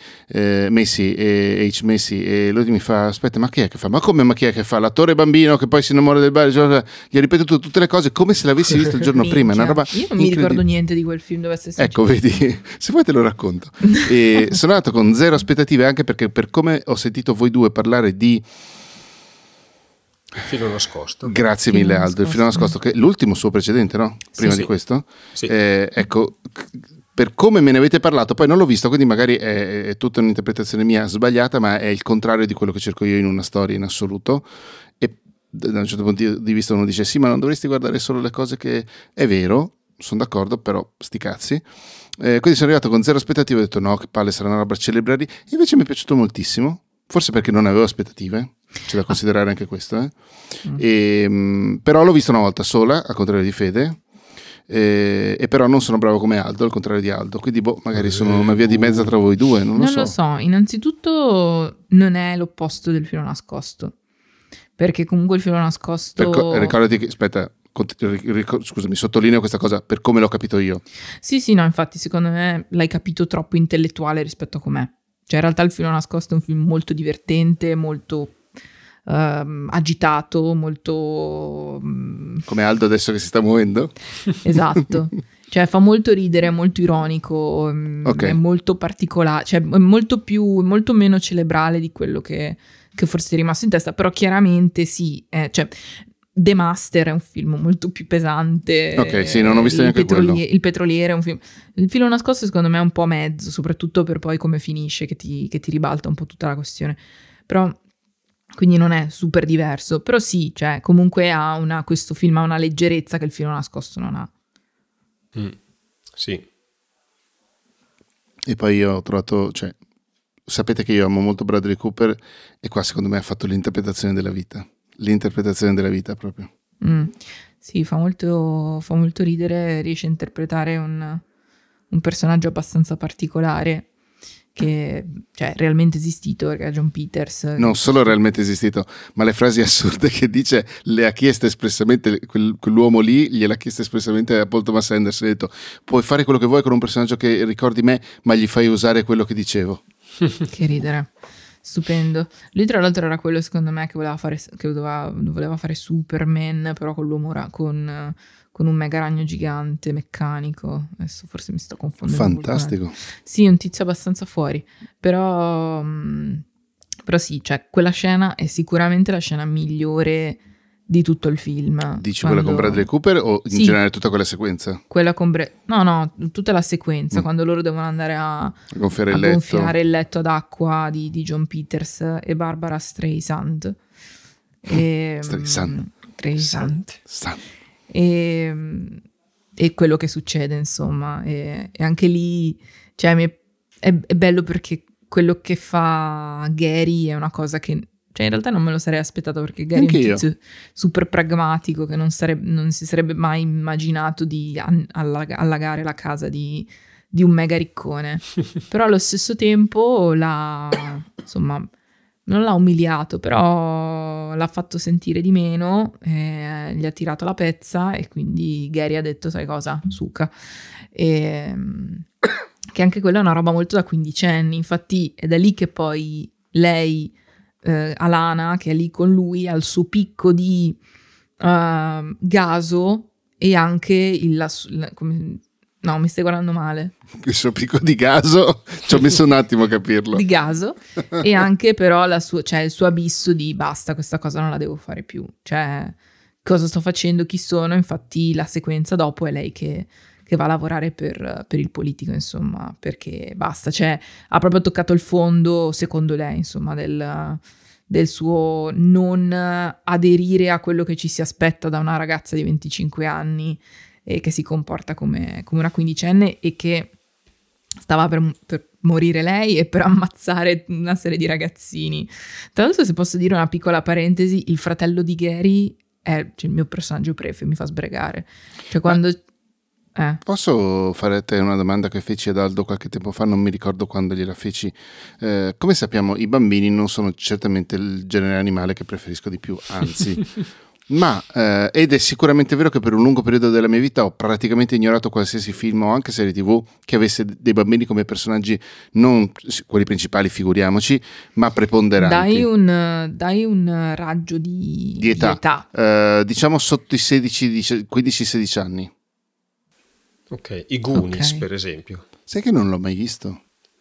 e lui mi fa, aspetta, ma chi è che fa? Ma come, ma chi è che fa? L'attore bambino che poi si innamora del bar, gli ha ripetuto tutte le cose come se l'avessi visto il giorno prima, una roba io non mi ricordo niente di quel film, dovesse essere. Ecco, vedi, se vuoi te lo racconto. E sono andato con zero aspettative, anche perché per come ho sentito voi due parlare di Il filo nascosto. Grazie mille Aldo, Il filo nascosto, che è l'ultimo suo precedente, no? Prima di questo? Sì. Ecco, per come me ne avete parlato, poi non l'ho visto, quindi magari è tutta un'interpretazione mia sbagliata, ma è il contrario di quello che cerco io in una storia in assoluto. E da un certo punto di vista uno dice, sì, ma non dovresti guardare solo le cose che... È vero, sono d'accordo, però sti cazzi. Quindi sono arrivato con zero aspettative, ho detto no, che palle, sarà una roba celebrare. Invece mi è piaciuto moltissimo, forse perché non avevo aspettative, c'è da considerare anche questo. Però l'ho visto una volta sola, al contrario di Fede, e però non sono bravo come Aldo, al contrario di Aldo, quindi magari sono una via di mezzo tra voi due, non lo so. Innanzitutto non è l'opposto del filo nascosto, perché comunque il filo nascosto... Ricordati che, aspetta, scusami, sottolineo questa cosa per come l'ho capito io. Sì, no, infatti secondo me l'hai capito troppo intellettuale rispetto a com'è. Cioè in realtà Il filo nascosto è un film molto divertente, molto agitato, molto... Come Aldo adesso che si sta muovendo? Esatto. Cioè fa molto ridere, è molto ironico, è molto particolare, cioè è molto meno cerebrale di quello che forse ti è rimasto in testa, però chiaramente sì, cioè The Master è un film molto più pesante. Ok, sì, non ho visto neanche quello. Il Petroliere è un film... Il filo nascosto secondo me è un po' mezzo, soprattutto per poi come finisce, che ti ribalta un po' tutta la questione. Però, quindi non è super diverso. Però sì, cioè comunque questo film ha una leggerezza che il filo nascosto non ha. Sì. E poi io ho trovato, cioè, sapete che io amo molto Bradley Cooper e qua secondo me ha fatto l'interpretazione della vita. L'interpretazione della vita proprio. Sì, fa molto ridere, riesce a interpretare un personaggio abbastanza particolare che cioè realmente esistito, perché John Peters non solo realmente esistito, ma le frasi assurde che dice, le ha chieste espressamente quell'uomo lì, gliel'ha chiesta espressamente a Paul Thomas Anderson, ha detto puoi fare quello che vuoi con un personaggio che ricordi me, ma gli fai usare quello che dicevo. Che ridere, stupendo. Lui tra l'altro era quello secondo me che voleva fare Superman, però con l'uomo con un mega ragno gigante meccanico. Adesso forse mi sto confondendo. Fantastico. Sì, un tizio abbastanza fuori, però sì, cioè quella scena è sicuramente la scena migliore di tutto il film. Dici quella con Bradley Cooper o in generale tutta quella sequenza? Quella con no, tutta la sequenza, quando loro devono andare a gonfiare il letto ad acqua di John Peters e Barbara Streisand. Streisand. E quello che succede, insomma, e anche lì, cioè, è bello perché quello che fa Gary è una cosa che, cioè, in realtà non me lo sarei aspettato, perché Gary è un tizio super pragmatico che non si sarebbe mai immaginato di allagare la casa di un mega riccone, però allo stesso tempo insomma, non l'ha umiliato, però l'ha fatto sentire di meno, gli ha tirato la pezza e quindi Gary ha detto sai cosa, suca. Che anche quella è una roba molto da quindicenni, infatti è da lì che poi lei, Alana, che è lì con lui, ha il suo picco di gaso e anche no, mi stai guardando male. Il suo picco di gaso, ci ho messo un attimo a capirlo. Di gaso, e anche però cioè il suo abisso di basta, questa cosa non la devo fare più. Cioè, cosa sto facendo, chi sono? Infatti la sequenza dopo è lei che va a lavorare per il politico, insomma, perché basta. Cioè, ha proprio toccato il fondo, secondo lei, insomma, del suo non aderire a quello che ci si aspetta da una ragazza di 25 anni e che si comporta come una quindicenne e che stava per morire lei e per ammazzare una serie di ragazzini. Tra l'altro, se posso dire una piccola parentesi, il fratello di Gary è il mio personaggio preferito, mi fa sbregare. Cioè quando... Posso fare a te una domanda che feci ad Aldo qualche tempo fa, non mi ricordo quando gliela feci. Come sappiamo, i bambini non sono certamente il genere animale che preferisco di più, anzi... Ma ed è sicuramente vero che per un lungo periodo della mia vita ho praticamente ignorato qualsiasi film o anche serie TV che avesse dei bambini come personaggi, non quelli principali, figuriamoci, ma preponderanti. Dai un raggio di età. Diciamo sotto i 15-16 anni. Ok, i Goonies per esempio. Sai che non l'ho mai visto?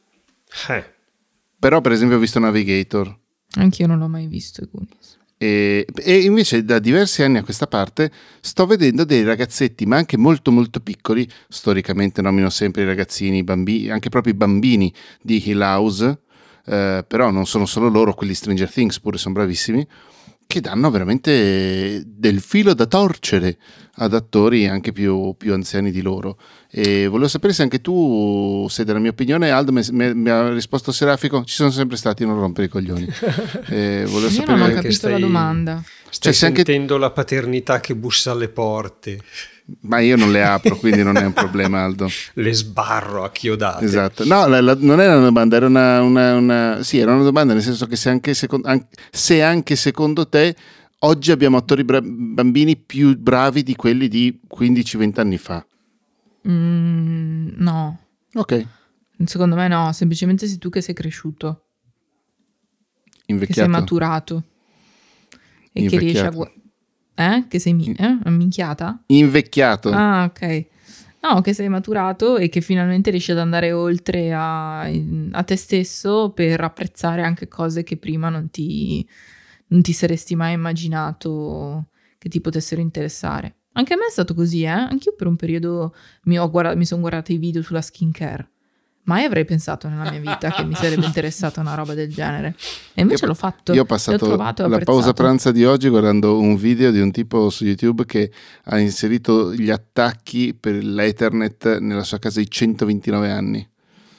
Però per esempio ho visto Navigator. Anch'io non l'ho mai visto i Goonies. E invece da diversi anni a questa parte sto vedendo dei ragazzetti, ma anche molto molto piccoli, storicamente nomino sempre i ragazzini, i bambini, anche proprio i bambini di Hill House, però non sono solo loro, quelli Stranger Things pure sono bravissimi, che danno veramente del filo da torcere ad attori anche più anziani di loro. E volevo sapere se anche tu sei della mia opinione. Aldo mi ha risposto Serafico, ci sono sempre stati, non rompere i coglioni. Volevo sapere, non ho capito la domanda. Stai sentendo la paternità che bussa alle porte. Ma io non le apro, quindi non è un problema, Aldo. Le sbarro a chiodate. Esatto. No, non era una domanda, era sì, era una domanda, nel senso che se anche secondo te oggi abbiamo attori bambini più bravi di quelli di 15-20 anni fa. No. Ok. Secondo me no, semplicemente sei tu che sei cresciuto. Invecchiato. Che sei maturato. E che riesci a... Che sei minchiata? Invecchiato. Ah, ok. No, che sei maturato e che finalmente riesci ad andare oltre a te stesso per apprezzare anche cose che prima non ti saresti mai immaginato che ti potessero interessare. Anche a me è stato così, Anch'io per un periodo mi sono guardata i video sulla skincare. Mai avrei pensato nella mia vita che mi sarebbe interessata una roba del genere. E invece l'ho fatto. Io ho passato la pausa pranzo di oggi guardando un video di un tipo su YouTube che ha inserito gli attacchi per l'Ethernet nella sua casa di 129 anni.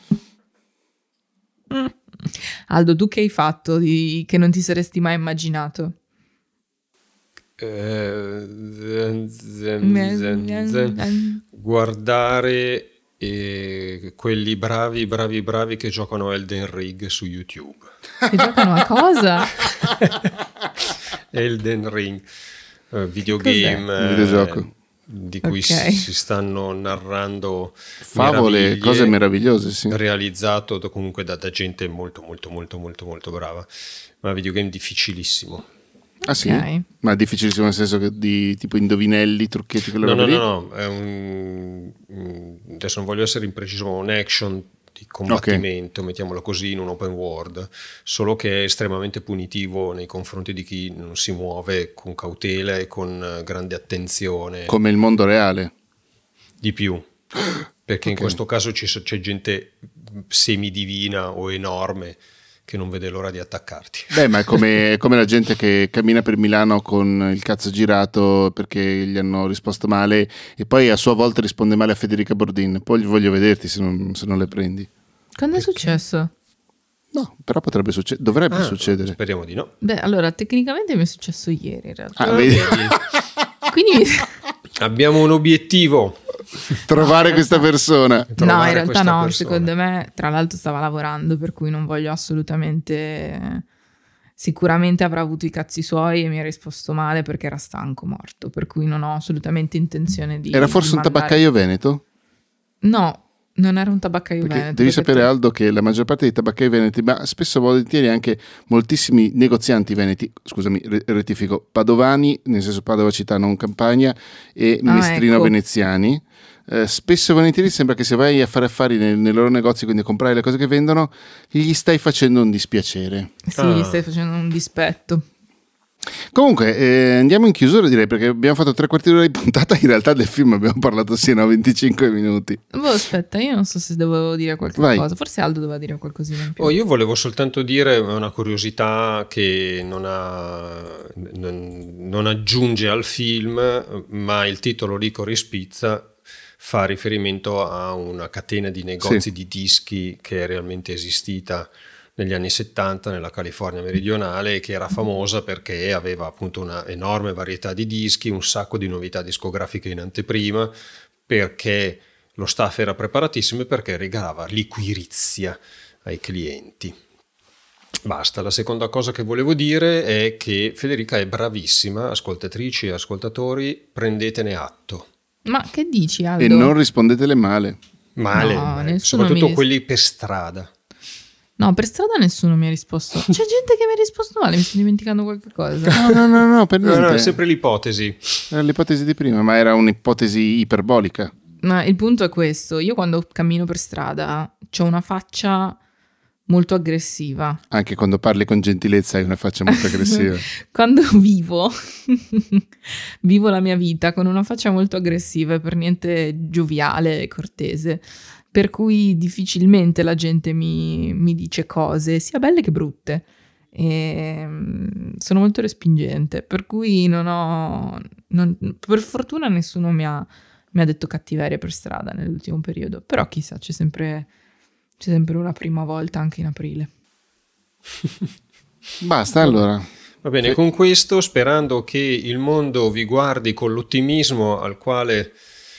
Aldo, tu che hai fatto che non ti saresti mai immaginato? Guardare e quelli bravi che giocano a Elden Ring su YouTube. Che giocano a cosa? Elden Ring, videogame, videogioco di cui si stanno narrando favole, cose meravigliose, sì. Realizzato comunque da gente molto brava, ma videogame difficilissimo. Ah sì? Ma è difficilissimo nel senso che di tipo indovinelli, trucchetti, quello no, è adesso non voglio essere impreciso, ma un action di combattimento, mettiamolo così, in un open world, solo che è estremamente punitivo nei confronti di chi non si muove con cautela e con grande attenzione. Come il mondo reale. Di più, perché in questo caso c'è gente semidivina o enorme che non vede l'ora di attaccarti. Beh, ma è come la gente che cammina per Milano con il cazzo girato perché gli hanno risposto male e poi a sua volta risponde male a Federica Bordin. Poi voglio vederti se non le prendi. Quando è successo? No, però potrebbe dovrebbe succedere. Speriamo di no. Beh, allora, tecnicamente mi è successo ieri in realtà. Vedi? Quindi abbiamo un obiettivo. Trovare questa persona. No, in realtà no, secondo me, tra l'altro stava lavorando, per cui non voglio assolutamente... Sicuramente avrà avuto i cazzi suoi e mi ha risposto male perché era stanco, morto, per cui non ho assolutamente intenzione di... Era forse un tabaccaio veneto? No, non era un tabaccaio perché veneto. Devi sapere, Aldo, che la maggior parte dei tabaccai veneti, ma spesso volentieri anche moltissimi negozianti veneti, scusami, rettifico, padovani, nel senso Padova città, non Campania, e Mestrino veneziani, spesso e volentieri sembra che se vai a fare affari nei loro negozi, quindi a comprare le cose che vendono, gli stai facendo un dispiacere. Sì, gli stai facendo un dispetto. Comunque andiamo in chiusura, direi, perché abbiamo fatto 3/4 d'ora di puntata. In realtà del film abbiamo parlato 25 minuti. Aspetta, io non so se dovevo dire qualche cosa. Forse Aldo doveva dire qualcosina in più. Io volevo soltanto dire una curiosità che non aggiunge al film, ma il titolo Licorice Pizza fa riferimento a una catena di negozi di dischi che è realmente esistita negli anni 70 nella California meridionale e che era famosa perché aveva appunto una enorme varietà di dischi, un sacco di novità discografiche in anteprima, perché lo staff era preparatissimo e perché regalava liquirizia ai clienti. Basta. La seconda cosa che volevo dire è che Federica è bravissima, ascoltatrici e ascoltatori, prendetene atto. Ma che dici, Aldo? E non rispondetele male. No, soprattutto quelli per strada. No, per strada nessuno mi ha risposto. C'è gente che mi ha risposto male, mi sto dimenticando qualche cosa. No, per niente. No, è sempre l'ipotesi. Era l'ipotesi di prima, ma era un'ipotesi iperbolica. Ma il punto è questo, io quando cammino per strada ho una faccia molto aggressiva. Anche quando parli con gentilezza hai una faccia molto aggressiva. Quando vivo la mia vita con una faccia molto aggressiva e per niente gioviale e cortese. Per cui difficilmente la gente mi dice cose, sia belle che brutte. E sono molto respingente, per cui per fortuna nessuno mi ha detto cattiverie per strada nell'ultimo periodo. Però chissà, c'è sempre una prima volta anche in aprile. Basta allora. Va bene, con questo, sperando che il mondo vi guardi con l'ottimismo al quale...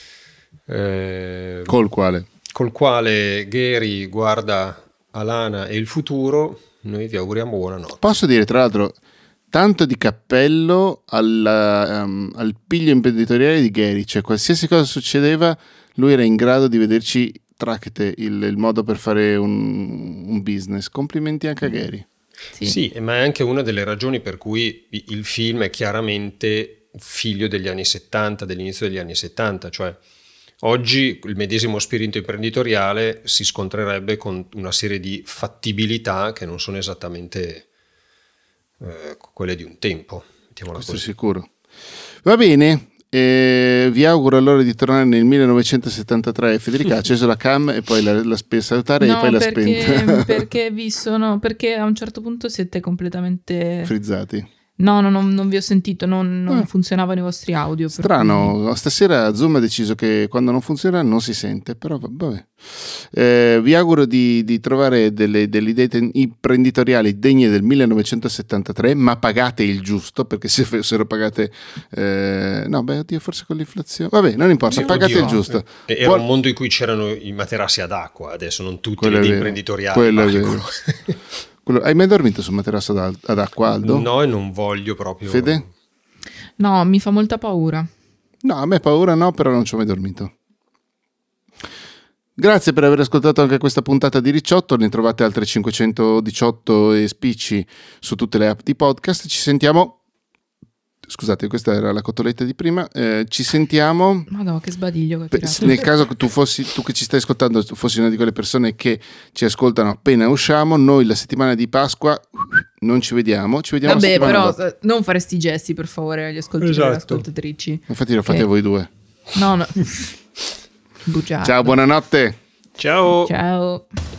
col quale Gary guarda Alana e il futuro, noi vi auguriamo buonanotte. Posso dire, tra l'altro, tanto di cappello al piglio imprenditoriale di Gary, cioè qualsiasi cosa succedeva lui era in grado di vederci tramite il modo per fare un business. Complimenti anche a Gary. Sì, ma è anche una delle ragioni per cui il film è chiaramente figlio degli anni 70, dell'inizio degli anni 70, cioè oggi il medesimo spirito imprenditoriale si scontrerebbe con una serie di fattibilità che non sono esattamente quelle di un tempo. Questo così. Sicuro. Va bene, vi auguro allora di tornare nel 1973. Federica ha acceso la cam e poi la salutare e poi l'ha spenta. Perché a un certo punto siete completamente frizzati. No, non vi ho sentito, non funzionavano i vostri audio. Strano, stasera Zoom ha deciso che quando non funziona non si sente, però vabbè. Vi auguro di trovare delle idee imprenditoriali degne del 1973, ma pagate il giusto, perché se fossero pagate forse con l'inflazione, vabbè, non importa, pagate il giusto. Era un mondo in cui c'erano i materassi ad acqua, adesso non tutti le idee imprenditoriali. Hai mai dormito su un materasso ad acqua, Aldo? No, e non voglio proprio. Fede? No, mi fa molta paura. No, a me paura no, però non ci ho mai dormito. Grazie per aver ascoltato anche questa puntata di Ricciotto, ne trovate altre 518 e spicci su tutte le app di podcast. Ci sentiamo. Scusate, questa era la cotoletta di prima. Ci sentiamo. Madonna, che sbadiglio che ho tirato. Nel caso che tu che ci stai ascoltando fossi una di quelle persone che ci ascoltano appena usciamo, noi la settimana di Pasqua non ci vediamo. Vabbè, però non fare sti gesti, per favore, agli ascoltatori e alle ascoltatrici. Infatti lo fate voi due. No. Bugiardo. Ciao, buonanotte. Ciao. Ciao.